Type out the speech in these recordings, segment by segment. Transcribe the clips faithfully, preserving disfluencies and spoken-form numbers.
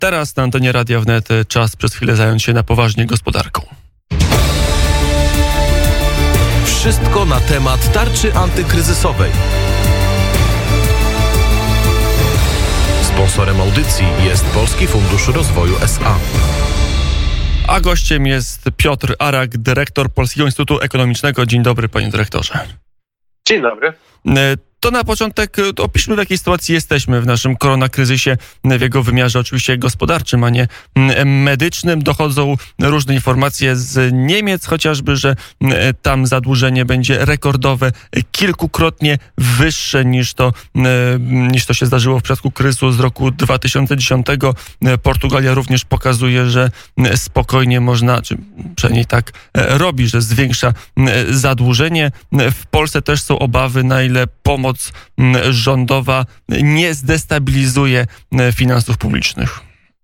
Teraz na antenie Radia Wnet czas przez chwilę zająć się na poważnie gospodarką. Wszystko na temat tarczy antykryzysowej. Sponsorem audycji jest Polski Fundusz Rozwoju S A. A gościem jest Piotr Arak, dyrektor Polskiego Instytutu Ekonomicznego. Dzień dobry, panie dyrektorze. Dzień dobry. To na początek opiszmy, w jakiej sytuacji jesteśmy w naszym koronakryzysie, w jego wymiarze oczywiście gospodarczym, a nie medycznym. Dochodzą różne informacje z Niemiec chociażby, że tam zadłużenie będzie rekordowe, kilkukrotnie wyższe niż to, niż to się zdarzyło w przypadku kryzysu z roku dwa tysiące dziesiątego. Portugalia również pokazuje, że spokojnie można, czy przynajmniej tak robi, że zwiększa zadłużenie. W Polsce też są obawy, na ile pomoc rządowa nie zdestabilizuje finansów publicznych.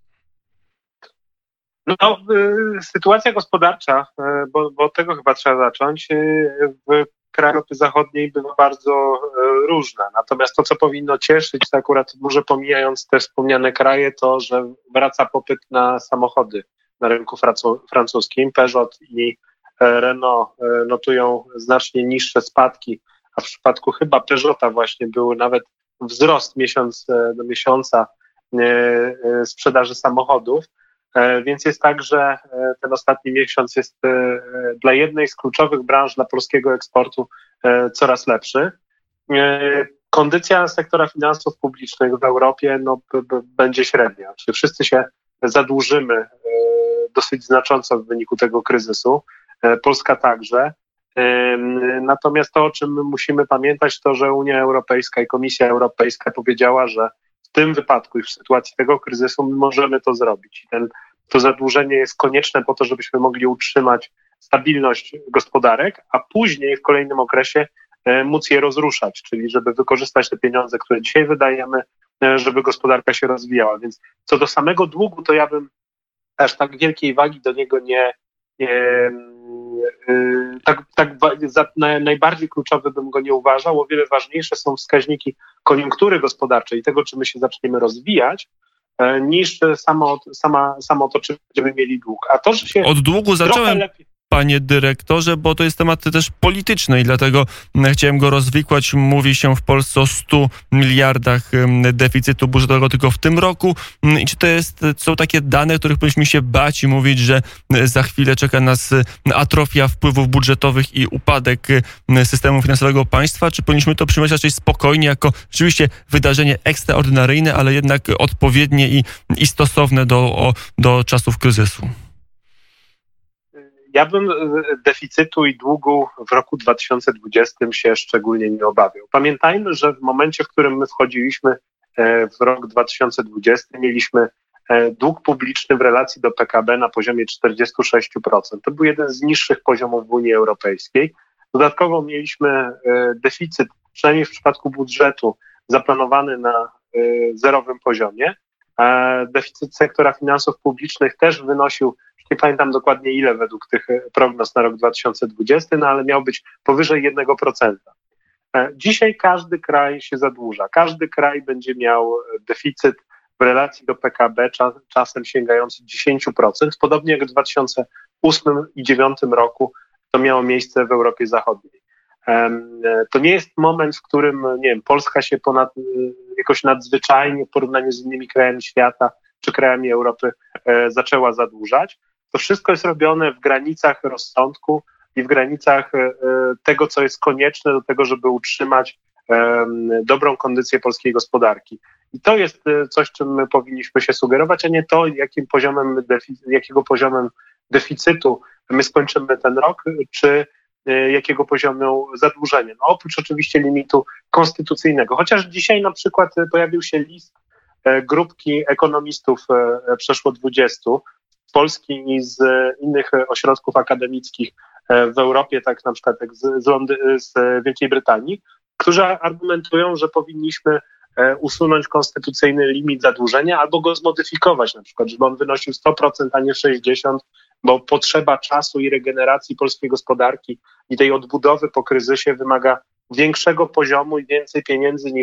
No, y, sytuacja gospodarcza, y, bo, bo od tego chyba trzeba zacząć, y, w krajach Europy Zachodniej bywa bardzo y, różna. Natomiast to, co powinno cieszyć, to akurat może pomijając te wspomniane kraje, to, że wraca popyt na samochody na rynku francu- francuskim. Peugeot i Renault y, notują znacznie niższe spadki, a w przypadku chyba Peugeota właśnie był nawet wzrost miesiąc do miesiąca sprzedaży samochodów, więc jest tak, że ten ostatni miesiąc jest dla jednej z kluczowych branż dla polskiego eksportu coraz lepszy. Kondycja sektora finansów publicznych w Europie no, b- b- będzie średnia, czyli wszyscy się zadłużymy dosyć znacząco w wyniku tego kryzysu, Polska także. Natomiast to, o czym my musimy pamiętać, to, że Unia Europejska i Komisja Europejska powiedziała, że w tym wypadku i w sytuacji tego kryzysu my możemy to zrobić. I ten, to zadłużenie jest konieczne po to, żebyśmy mogli utrzymać stabilność gospodarek, a później w kolejnym okresie móc je rozruszać, czyli żeby wykorzystać te pieniądze, które dzisiaj wydajemy, żeby gospodarka się rozwijała. Więc co do samego długu, to ja bym aż tak wielkiej wagi do niego nie... nie Tak, tak za najbardziej kluczowy bym go nie uważał. O wiele ważniejsze są wskaźniki koniunktury gospodarczej i tego, czy my się zaczniemy rozwijać, niż samo, sama, samo to, czy będziemy mieli dług. A to, że się Od długu zacząłem, lepiej... panie dyrektorze, bo to jest temat też polityczny i dlatego chciałem go rozwikłać. Mówi się w Polsce o stu miliardach deficytu budżetowego tylko w tym roku. I czy to jest, są takie dane, których powinniśmy się bać i mówić, że za chwilę czeka nas atrofia wpływów budżetowych i upadek systemu finansowego państwa? Czy powinniśmy to przyjąć raczej spokojnie, jako rzeczywiście wydarzenie ekstraordynaryjne, ale jednak odpowiednie i, i stosowne do, o, do czasów kryzysu? Ja bym deficytu i długu w roku dwa tysiące dwudziestym się szczególnie nie obawiał. Pamiętajmy, że w momencie, w którym my wchodziliśmy w rok dwa tysiące dwudziesty, mieliśmy dług publiczny w relacji do P K B na poziomie czterdzieści sześć procent. To był jeden z niższych poziomów w Unii Europejskiej. Dodatkowo mieliśmy deficyt, przynajmniej w przypadku budżetu, zaplanowany na zerowym poziomie. Deficyt sektora finansów publicznych też wynosił, nie pamiętam dokładnie ile według tych prognoz na rok dwa tysiące dwudziesty, no ale miał być powyżej jednego procenta. Dzisiaj każdy kraj się zadłuża. Każdy kraj będzie miał deficyt w relacji do P K B czas, czasem sięgający dziesięć procent. Podobnie jak w dwa tysiące ósmym i dwa tysiące dziewiątym roku to miało miejsce w Europie Zachodniej. To nie jest moment, w którym, nie wiem, Polska się ponad, jakoś nadzwyczajnie w porównaniu z innymi krajami świata czy krajami Europy e, zaczęła zadłużać. To wszystko jest robione w granicach rozsądku i w granicach e, tego, co jest konieczne do tego, żeby utrzymać e, dobrą kondycję polskiej gospodarki. I to jest coś, czym my powinniśmy się sugerować, a nie to, jakim poziomem defic- jakiego poziomem deficytu my skończymy ten rok, czy jakiego poziomu zadłużenia. No, oprócz oczywiście limitu konstytucyjnego. Chociaż dzisiaj na przykład pojawił się list grupki ekonomistów, przeszło dwudziestu, z Polski i z innych ośrodków akademickich w Europie, tak na przykład jak z, Londy- z Wielkiej Brytanii, którzy argumentują, że powinniśmy usunąć konstytucyjny limit zadłużenia albo go zmodyfikować, na przykład, żeby on wynosił sto procent, a nie sześćdziesiąt procent, bo potrzeba czasu i regeneracji polskiej gospodarki i tej odbudowy po kryzysie wymaga większego poziomu i więcej pieniędzy niż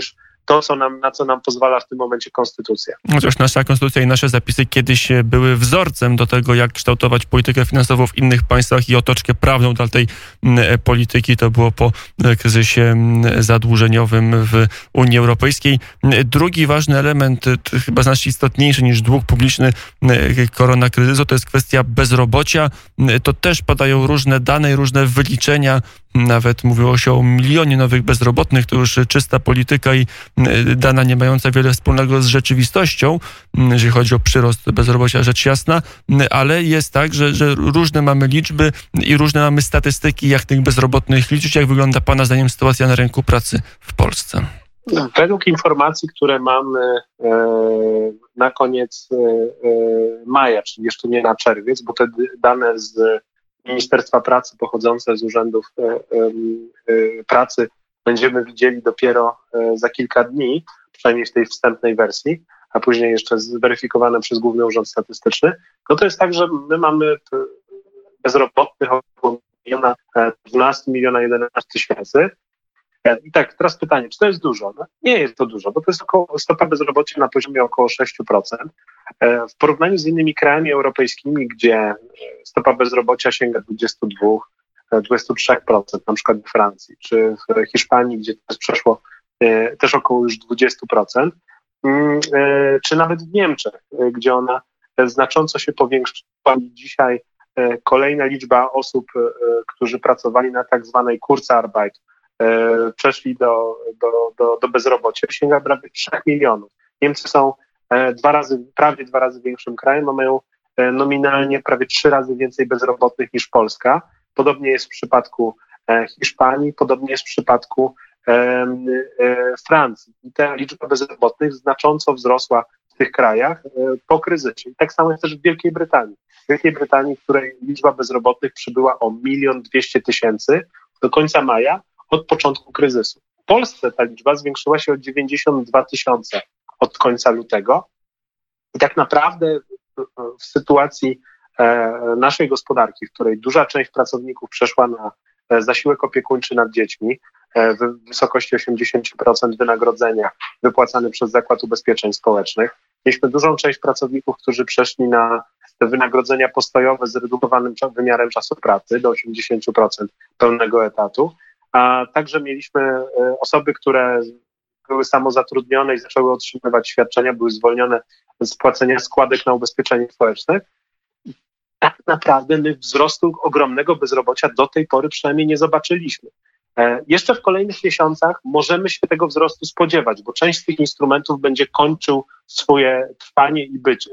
to, co nam, na co nam pozwala w tym momencie konstytucja. Chociaż nasza konstytucja i nasze zapisy kiedyś były wzorcem do tego, jak kształtować politykę finansową w innych państwach i otoczkę prawną dla tej polityki. To było po kryzysie zadłużeniowym w Unii Europejskiej. Drugi ważny element, chyba znacznie istotniejszy niż dług publiczny koronakryzysu, to jest kwestia bezrobocia. To też padają różne dane i różne wyliczenia. Nawet mówiło się o milionie nowych bezrobotnych. To już czysta polityka i dana nie mająca wiele wspólnego z rzeczywistością, jeżeli chodzi o przyrost bezrobocia, rzecz jasna, ale jest tak, że, że różne mamy liczby i różne mamy statystyki, jak tych bezrobotnych liczyć. Jak wygląda Pana zdaniem sytuacja na rynku pracy w Polsce? Według informacji, które mamy e, na koniec e, maja, czyli jeszcze nie na czerwiec, bo te dane z Ministerstwa Pracy pochodzące z urzędów e, e, pracy będziemy widzieli dopiero e, za kilka dni, przynajmniej w tej wstępnej wersji, a później jeszcze zweryfikowane przez Główny Urząd Statystyczny, no to jest tak, że my mamy bezrobotnych około miliona, dwanaście miliona jedenaście tysięcy. I tak, teraz pytanie, czy to jest dużo? No, nie jest to dużo, bo to jest około, stopa bezrobocia na poziomie około sześć procent. W porównaniu z innymi krajami europejskimi, gdzie stopa bezrobocia sięga dwadzieścia dwa do dwudziestu trzech procent, na przykład w Francji, czy w Hiszpanii, gdzie to jest przeszło też około już dwadzieścia procent, czy nawet w Niemczech, gdzie ona znacząco się powiększyła. Dzisiaj kolejna liczba osób, którzy pracowali na tak zwanej Kurzarbeit, przeszli do, do, do, do bezrobocia, sięga prawie trzech milionów. Niemcy są dwa razy, prawie dwa razy większym krajem, a mają nominalnie prawie trzy razy więcej bezrobotnych niż Polska. Podobnie jest w przypadku Hiszpanii, podobnie jest w przypadku Francji. I ta liczba bezrobotnych znacząco wzrosła w tych krajach po kryzysie. I tak samo jest też w Wielkiej Brytanii. W Wielkiej Brytanii, w której liczba bezrobotnych przybyła o milion dwieście tysięcy do końca maja, od początku kryzysu. W Polsce ta liczba zwiększyła się o dziewięćdziesiąt dwa tysiące od końca lutego. I tak naprawdę w sytuacji naszej gospodarki, w której duża część pracowników przeszła na zasiłek opiekuńczy nad dziećmi w wysokości osiemdziesiąt procent wynagrodzenia wypłacane przez Zakład Ubezpieczeń Społecznych, mieliśmy dużą część pracowników, którzy przeszli na te wynagrodzenia postojowe z redukowanym wymiarem czasu pracy do osiemdziesiąt procent pełnego etatu, a także mieliśmy osoby, które były samozatrudnione i zaczęły otrzymywać świadczenia, były zwolnione z płacenia składek na ubezpieczenie społeczne. I tak naprawdę my wzrostu ogromnego bezrobocia do tej pory przynajmniej nie zobaczyliśmy. Jeszcze w kolejnych miesiącach możemy się tego wzrostu spodziewać, bo część z tych instrumentów będzie kończył swoje trwanie i być.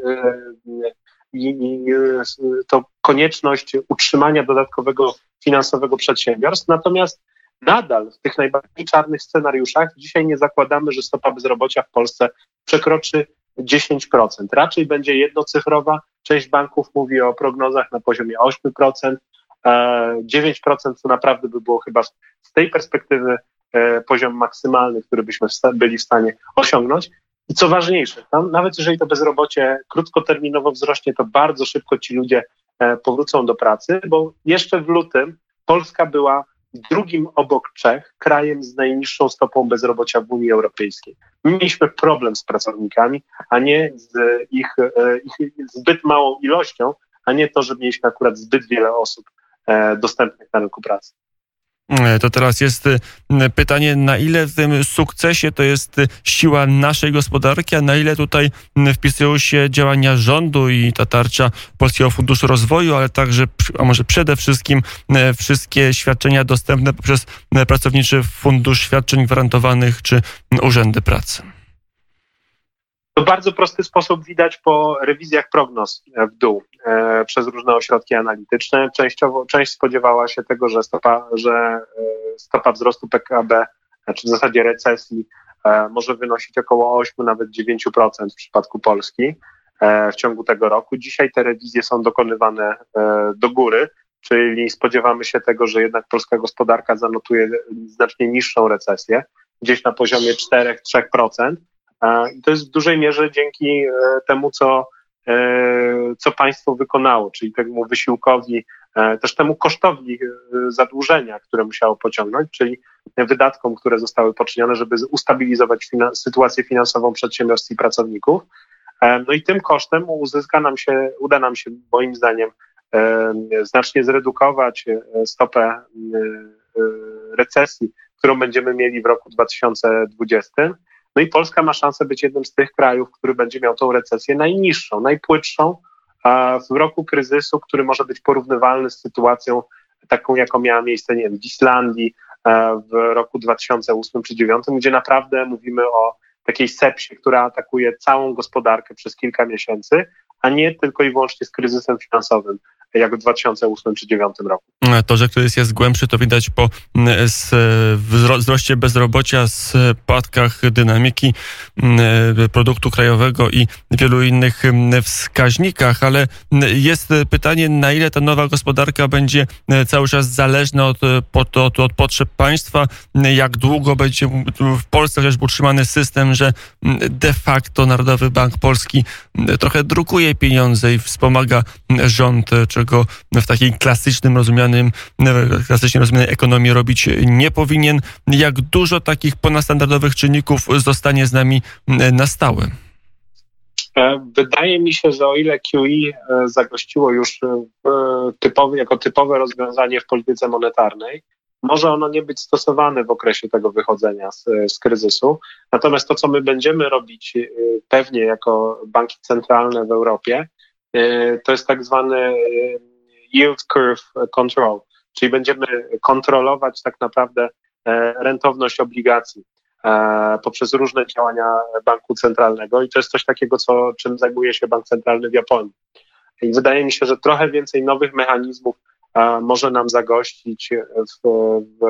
I, i to konieczność utrzymania dodatkowego finansowego przedsiębiorstw. Natomiast nadal w tych najbardziej czarnych scenariuszach dzisiaj nie zakładamy, że stopa bezrobocia w Polsce przekroczy dziesięć procent. Raczej będzie jednocyfrowa. Część banków mówi o prognozach na poziomie osiem procent. dziewięć procent to naprawdę by było chyba z tej perspektywy poziom maksymalny, który byśmy byli w stanie osiągnąć. I co ważniejsze, tam, nawet jeżeli to bezrobocie krótkoterminowo wzrośnie, to bardzo szybko ci ludzie powrócą do pracy, bo jeszcze w lutym Polska była drugim obok Czech krajem z najniższą stopą bezrobocia w Unii Europejskiej. Mieliśmy problem z pracownikami, a nie z ich, ich zbyt małą ilością, a nie to, że mieliśmy akurat zbyt wiele osób dostępnych na rynku pracy. To teraz jest pytanie, na ile w tym sukcesie to jest siła naszej gospodarki, a na ile tutaj wpisują się działania rządu i ta tarcza Polskiego Funduszu Rozwoju, ale także, a może przede wszystkim wszystkie świadczenia dostępne poprzez Pracowniczy Fundusz Świadczeń Gwarantowanych czy urzędy pracy. To w bardzo prosty sposób widać po rewizjach prognoz w dół e, przez różne ośrodki analityczne. Częściowo, część spodziewała się tego, że stopa, że e, stopa wzrostu P K B, czy w zasadzie recesji, e, może wynosić około osiem, nawet dziewięć procent w przypadku Polski e, w ciągu tego roku. Dzisiaj te rewizje są dokonywane e, do góry, czyli spodziewamy się tego, że jednak polska gospodarka zanotuje znacznie niższą recesję, gdzieś na poziomie cztery do trzech procent. I to jest w dużej mierze dzięki temu, co, co państwo wykonało, czyli temu wysiłkowi też temu kosztowi zadłużenia, które musiało pociągnąć, czyli wydatkom, które zostały poczynione, żeby ustabilizować finan- sytuację finansową przedsiębiorstw i pracowników. No i tym kosztem uzyska nam się, uda nam się moim zdaniem znacznie zredukować stopę recesji, którą będziemy mieli w roku dwa tysiące dwudziestym. No i Polska ma szansę być jednym z tych krajów, który będzie miał tą recesję najniższą, najpłytszą w roku kryzysu, który może być porównywalny z sytuacją taką, jaką miała miejsce, nie wiem, w Islandii w roku dwa tysiące ósmym czy dwa tysiące dziewiątym, gdzie naprawdę mówimy o takiej sepsie, która atakuje całą gospodarkę przez kilka miesięcy, a nie tylko i wyłącznie z kryzysem finansowym, jak w dwa tysiące ósmym czy dwa tysiące dziewiątym roku. To, że kryzys jest głębszy, to widać po wzroście bezrobocia, spadkach dynamiki produktu krajowego i wielu innych wskaźnikach, ale jest pytanie, na ile ta nowa gospodarka będzie cały czas zależna od, od, od potrzeb państwa, jak długo będzie w Polsce chociażby utrzymany system, że de facto Narodowy Bank Polski trochę drukuje pieniądze i wspomaga rząd, czego w takiej klasycznym rozumianym, klasycznie rozumianej ekonomii robić nie powinien. Jak dużo takich ponadstandardowych czynników zostanie z nami na stałe? Wydaje mi się, że o ile Q E zagościło już typowy, jako typowe rozwiązanie w polityce monetarnej, może ono nie być stosowane w okresie tego wychodzenia z, z kryzysu. Natomiast to, co my będziemy robić pewnie jako banki centralne w Europie, to jest tak zwany yield curve control, czyli będziemy kontrolować tak naprawdę rentowność obligacji poprzez różne działania banku centralnego i to jest coś takiego, co, czym zajmuje się bank centralny w Japonii. I wydaje mi się, że trochę więcej nowych mechanizmów może nam zagościć w, w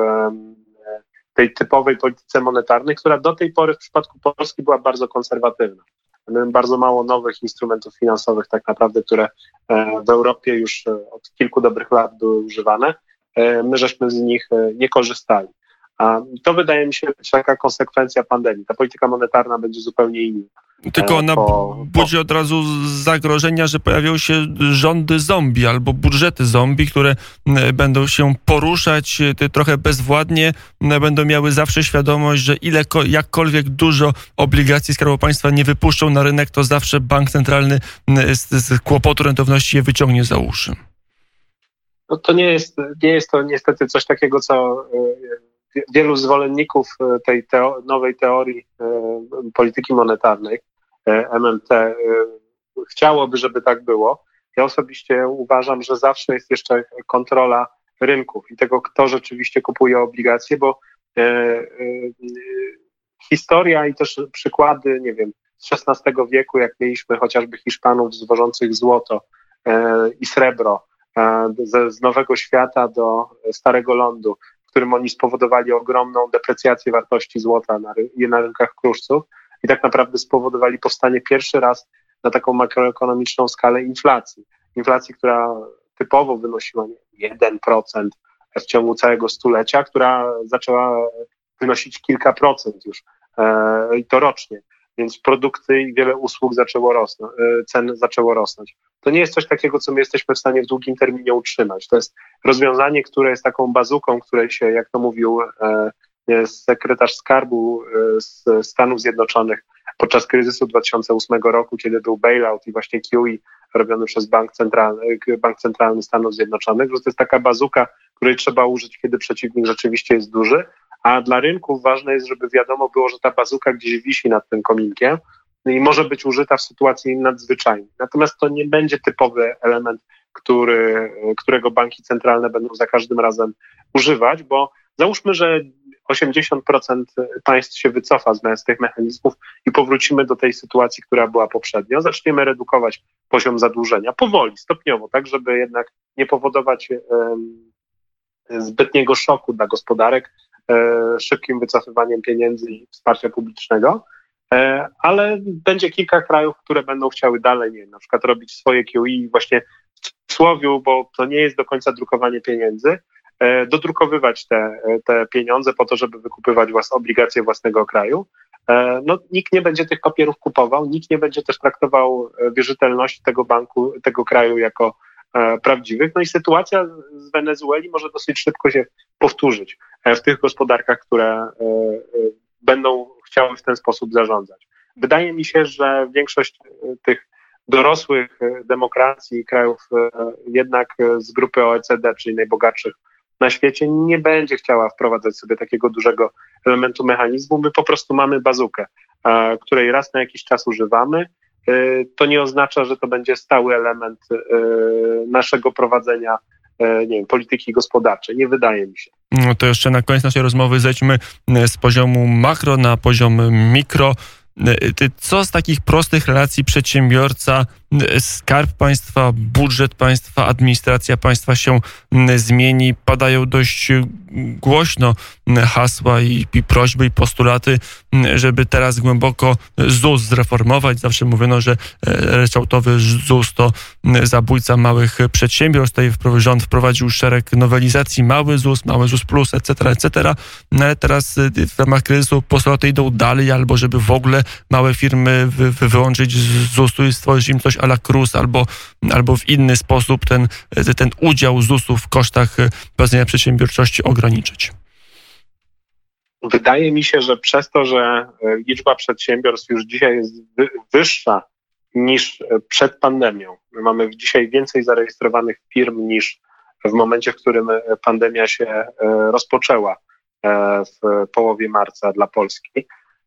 tej typowej polityce monetarnej, która do tej pory w przypadku Polski była bardzo konserwatywna. Mamy bardzo mało nowych instrumentów finansowych tak naprawdę, które w Europie już od kilku dobrych lat były używane. My żeśmy z nich nie korzystali. A to wydaje mi się być taka konsekwencja pandemii. Ta polityka monetarna będzie zupełnie inna. Tylko ona po, budzi od razu zagrożenia, że pojawią się rządy zombie albo budżety zombie, które będą się poruszać trochę bezwładnie, będą miały zawsze świadomość, że ile, jakkolwiek dużo obligacji Skarbu Państwa nie wypuszczą na rynek, to zawsze bank centralny z, z kłopotu rentowności je wyciągnie za uszy. No to nie jest, nie jest to niestety coś takiego, co wielu zwolenników tej teo- nowej teorii polityki monetarnej, M M T, chciałoby, żeby tak było. Ja osobiście uważam, że zawsze jest jeszcze kontrola rynków i tego, kto rzeczywiście kupuje obligacje, bo e, e, historia i też przykłady, nie wiem, z szesnastego wieku, jak mieliśmy chociażby Hiszpanów zwożących złoto e, i srebro e, ze, z Nowego Świata do Starego Lądu, w którym oni spowodowali ogromną deprecjację wartości złota na, ry- na rynkach kruszców i tak naprawdę spowodowali powstanie pierwszy raz na taką makroekonomiczną skalę inflacji. Inflacji, która typowo wynosiła jeden procent w ciągu całego stulecia, która zaczęła wynosić kilka procent już e, i to rocznie. Więc produkty i wiele usług zaczęło rosnąć, e, cen zaczęło rosnąć. To nie jest coś takiego, co my jesteśmy w stanie w długim terminie utrzymać. To jest rozwiązanie, które jest taką bazuką, której się, jak to mówił e, sekretarz skarbu e, z Stanów Zjednoczonych podczas kryzysu dwa tysiące ósmego roku, kiedy był bailout i właśnie Q E robiony przez Bank Centralny, Bank Centralny Stanów Zjednoczonych, że to jest taka bazuka, której trzeba użyć, kiedy przeciwnik rzeczywiście jest duży, a dla rynków ważne jest, żeby wiadomo było, że ta bazuka gdzieś wisi nad tym kominkiem i może być użyta w sytuacji nadzwyczajnej. Natomiast to nie będzie typowy element, który, którego banki centralne będą za każdym razem używać, bo załóżmy, że osiemdziesiąt procent państw się wycofa z tych mechanizmów i powrócimy do tej sytuacji, która była poprzednio. Zaczniemy redukować poziom zadłużenia powoli, stopniowo, tak żeby jednak nie powodować um, zbytniego szoku dla gospodarek um, szybkim wycofywaniem pieniędzy i wsparcia publicznego, um, ale będzie kilka krajów, które będą chciały dalej, nie wiem, na przykład robić swoje Q E i właśnie w cudzysłowie, bo to nie jest do końca drukowanie pieniędzy, dodrukowywać te, te pieniądze po to, żeby wykupywać włas, obligacje własnego kraju. No, nikt nie będzie tych papierów kupował, nikt nie będzie też traktował wierzytelności tego banku, tego kraju jako prawdziwych. No i sytuacja z Wenezueli może dosyć szybko się powtórzyć w tych gospodarkach, które będą chciały w ten sposób zarządzać. Wydaje mi się, że większość tych dorosłych demokracji, krajów jednak z grupy O E C D, czyli najbogatszych na świecie, nie będzie chciała wprowadzać sobie takiego dużego elementu mechanizmu. My po prostu mamy bazukę, której raz na jakiś czas używamy. To nie oznacza, że to będzie stały element naszego prowadzenia, nie wiem, polityki gospodarczej. Nie wydaje mi się. No to jeszcze na koniec naszej rozmowy zejdźmy z poziomu makro na poziom mikro. Co z takich prostych relacji przedsiębiorca, skarb państwa, budżet państwa, administracja państwa się zmieni? Padają dość głośno hasła i, i prośby i postulaty, żeby teraz głęboko ZUS zreformować. Zawsze mówiono, że ryczałtowy ZUS to zabójca małych przedsiębiorstw. Tutaj rząd wprowadził szereg nowelizacji, mały ZUS, mały ZUS plus, et cetera, et cetera. No ale teraz w ramach kryzysu postulaty idą dalej, albo żeby w ogóle małe firmy wy, wy wyłączyć z ZUS-u i stworzyć im coś a la KRUS, albo, albo w inny sposób ten, ten udział ZUS-u w kosztach prowadzenia przedsiębiorczości ograniczyć. Wydaje mi się, że przez to, że liczba przedsiębiorstw już dzisiaj jest wy, wyższa niż przed pandemią. My mamy dzisiaj więcej zarejestrowanych firm niż w momencie, w którym pandemia się rozpoczęła w połowie marca dla Polski.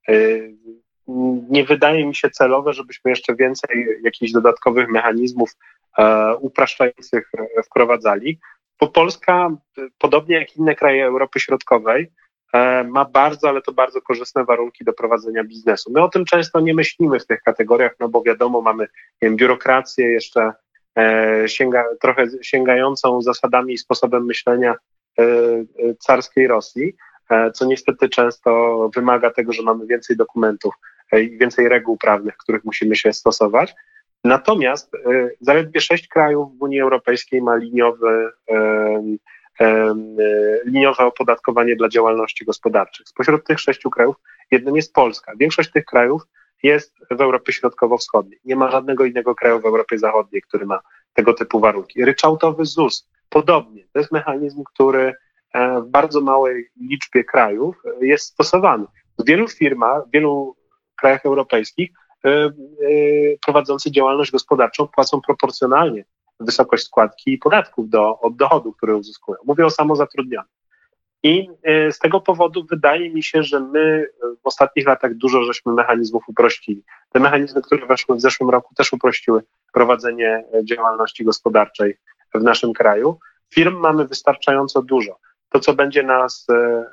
Nie wydaje mi się celowe, żebyśmy jeszcze więcej jakichś dodatkowych mechanizmów e, upraszczających wprowadzali, bo Polska, podobnie jak inne kraje Europy Środkowej, e, ma bardzo, ale to bardzo korzystne warunki do prowadzenia biznesu. My o tym często nie myślimy w tych kategoriach, no bo wiadomo, mamy, nie wiem, biurokrację jeszcze e, sięga, trochę sięgającą zasadami i sposobem myślenia e, carskiej Rosji, e, co niestety często wymaga tego, że mamy więcej dokumentów i więcej reguł prawnych, których musimy się stosować. Natomiast y, zaledwie sześć krajów w Unii Europejskiej ma liniowy, y, y, y, liniowe opodatkowanie dla działalności gospodarczych. Spośród tych sześciu krajów jednym jest Polska. Większość tych krajów jest w Europie Środkowo-Wschodniej. Nie ma żadnego innego kraju w Europie Zachodniej, który ma tego typu warunki. Ryczałtowy ZUS, podobnie. To jest mechanizm, który w bardzo małej liczbie krajów jest stosowany. W wielu firmach, w wielu krajach europejskich y, y, prowadzący działalność gospodarczą płacą proporcjonalnie wysokość składki i podatków do, od dochodu, który uzyskują. Mówię o samozatrudnionych. I y, z tego powodu wydaje mi się, że my w ostatnich latach dużo żeśmy mechanizmów uprościli. Te mechanizmy, które weszły w zeszłym roku, też uprościły prowadzenie działalności gospodarczej w naszym kraju. Firm mamy wystarczająco dużo. To, co będzie nas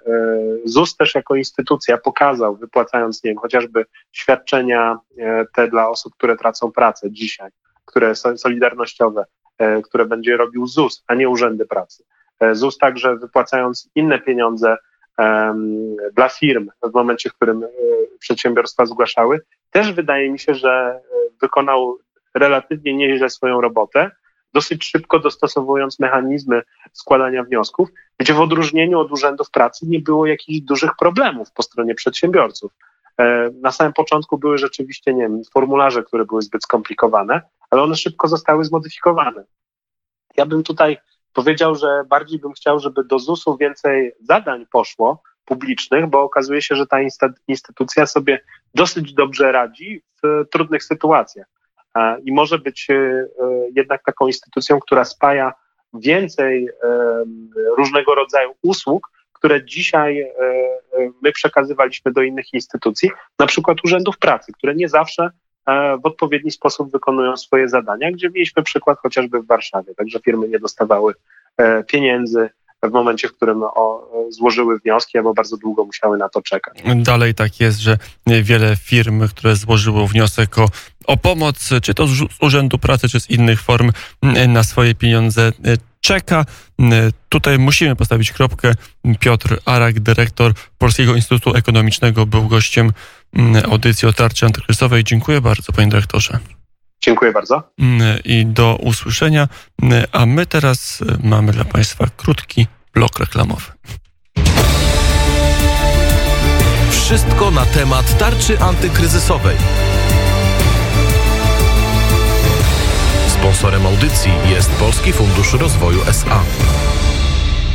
ZUS też jako instytucja pokazał, wypłacając, nie wiem, chociażby świadczenia te dla osób, które tracą pracę dzisiaj, które są solidarnościowe, które będzie robił ZUS, a nie urzędy pracy. ZUS także wypłacając inne pieniądze um, dla firm w momencie, w którym przedsiębiorstwa zgłaszały, też wydaje mi się, że wykonał relatywnie nieźle swoją robotę, dosyć szybko dostosowując mechanizmy składania wniosków, gdzie w odróżnieniu od urzędów pracy nie było jakichś dużych problemów po stronie przedsiębiorców. Na samym początku były rzeczywiście, nie wiem, formularze, które były zbyt skomplikowane, ale one szybko zostały zmodyfikowane. Ja bym tutaj powiedział, że bardziej bym chciał, żeby do ZUS-u więcej zadań poszło publicznych, bo okazuje się, że ta instytucja sobie dosyć dobrze radzi w trudnych sytuacjach. I może być jednak taką instytucją, która spaja więcej różnego rodzaju usług, które dzisiaj my przekazywaliśmy do innych instytucji, na przykład urzędów pracy, które nie zawsze w odpowiedni sposób wykonują swoje zadania, gdzie mieliśmy przykład chociażby w Warszawie, także firmy nie dostawały pieniędzy w momencie, w którym o, złożyły wnioski, albo bardzo długo musiały na to czekać. Dalej tak jest, że wiele firm, które złożyło wniosek o, o pomoc, czy to z Urzędu Pracy, czy z innych form, na swoje pieniądze czeka. Tutaj musimy postawić kropkę. Piotr Arak, dyrektor Polskiego Instytutu Ekonomicznego, był gościem audycji o tarczy antykryzysowej. Dziękuję bardzo, panie dyrektorze. Dziękuję bardzo. I do usłyszenia. A my teraz mamy dla państwa krótki blok reklamowy. Wszystko na temat tarczy antykryzysowej. Sponsorem audycji jest Polski Fundusz Rozwoju S A.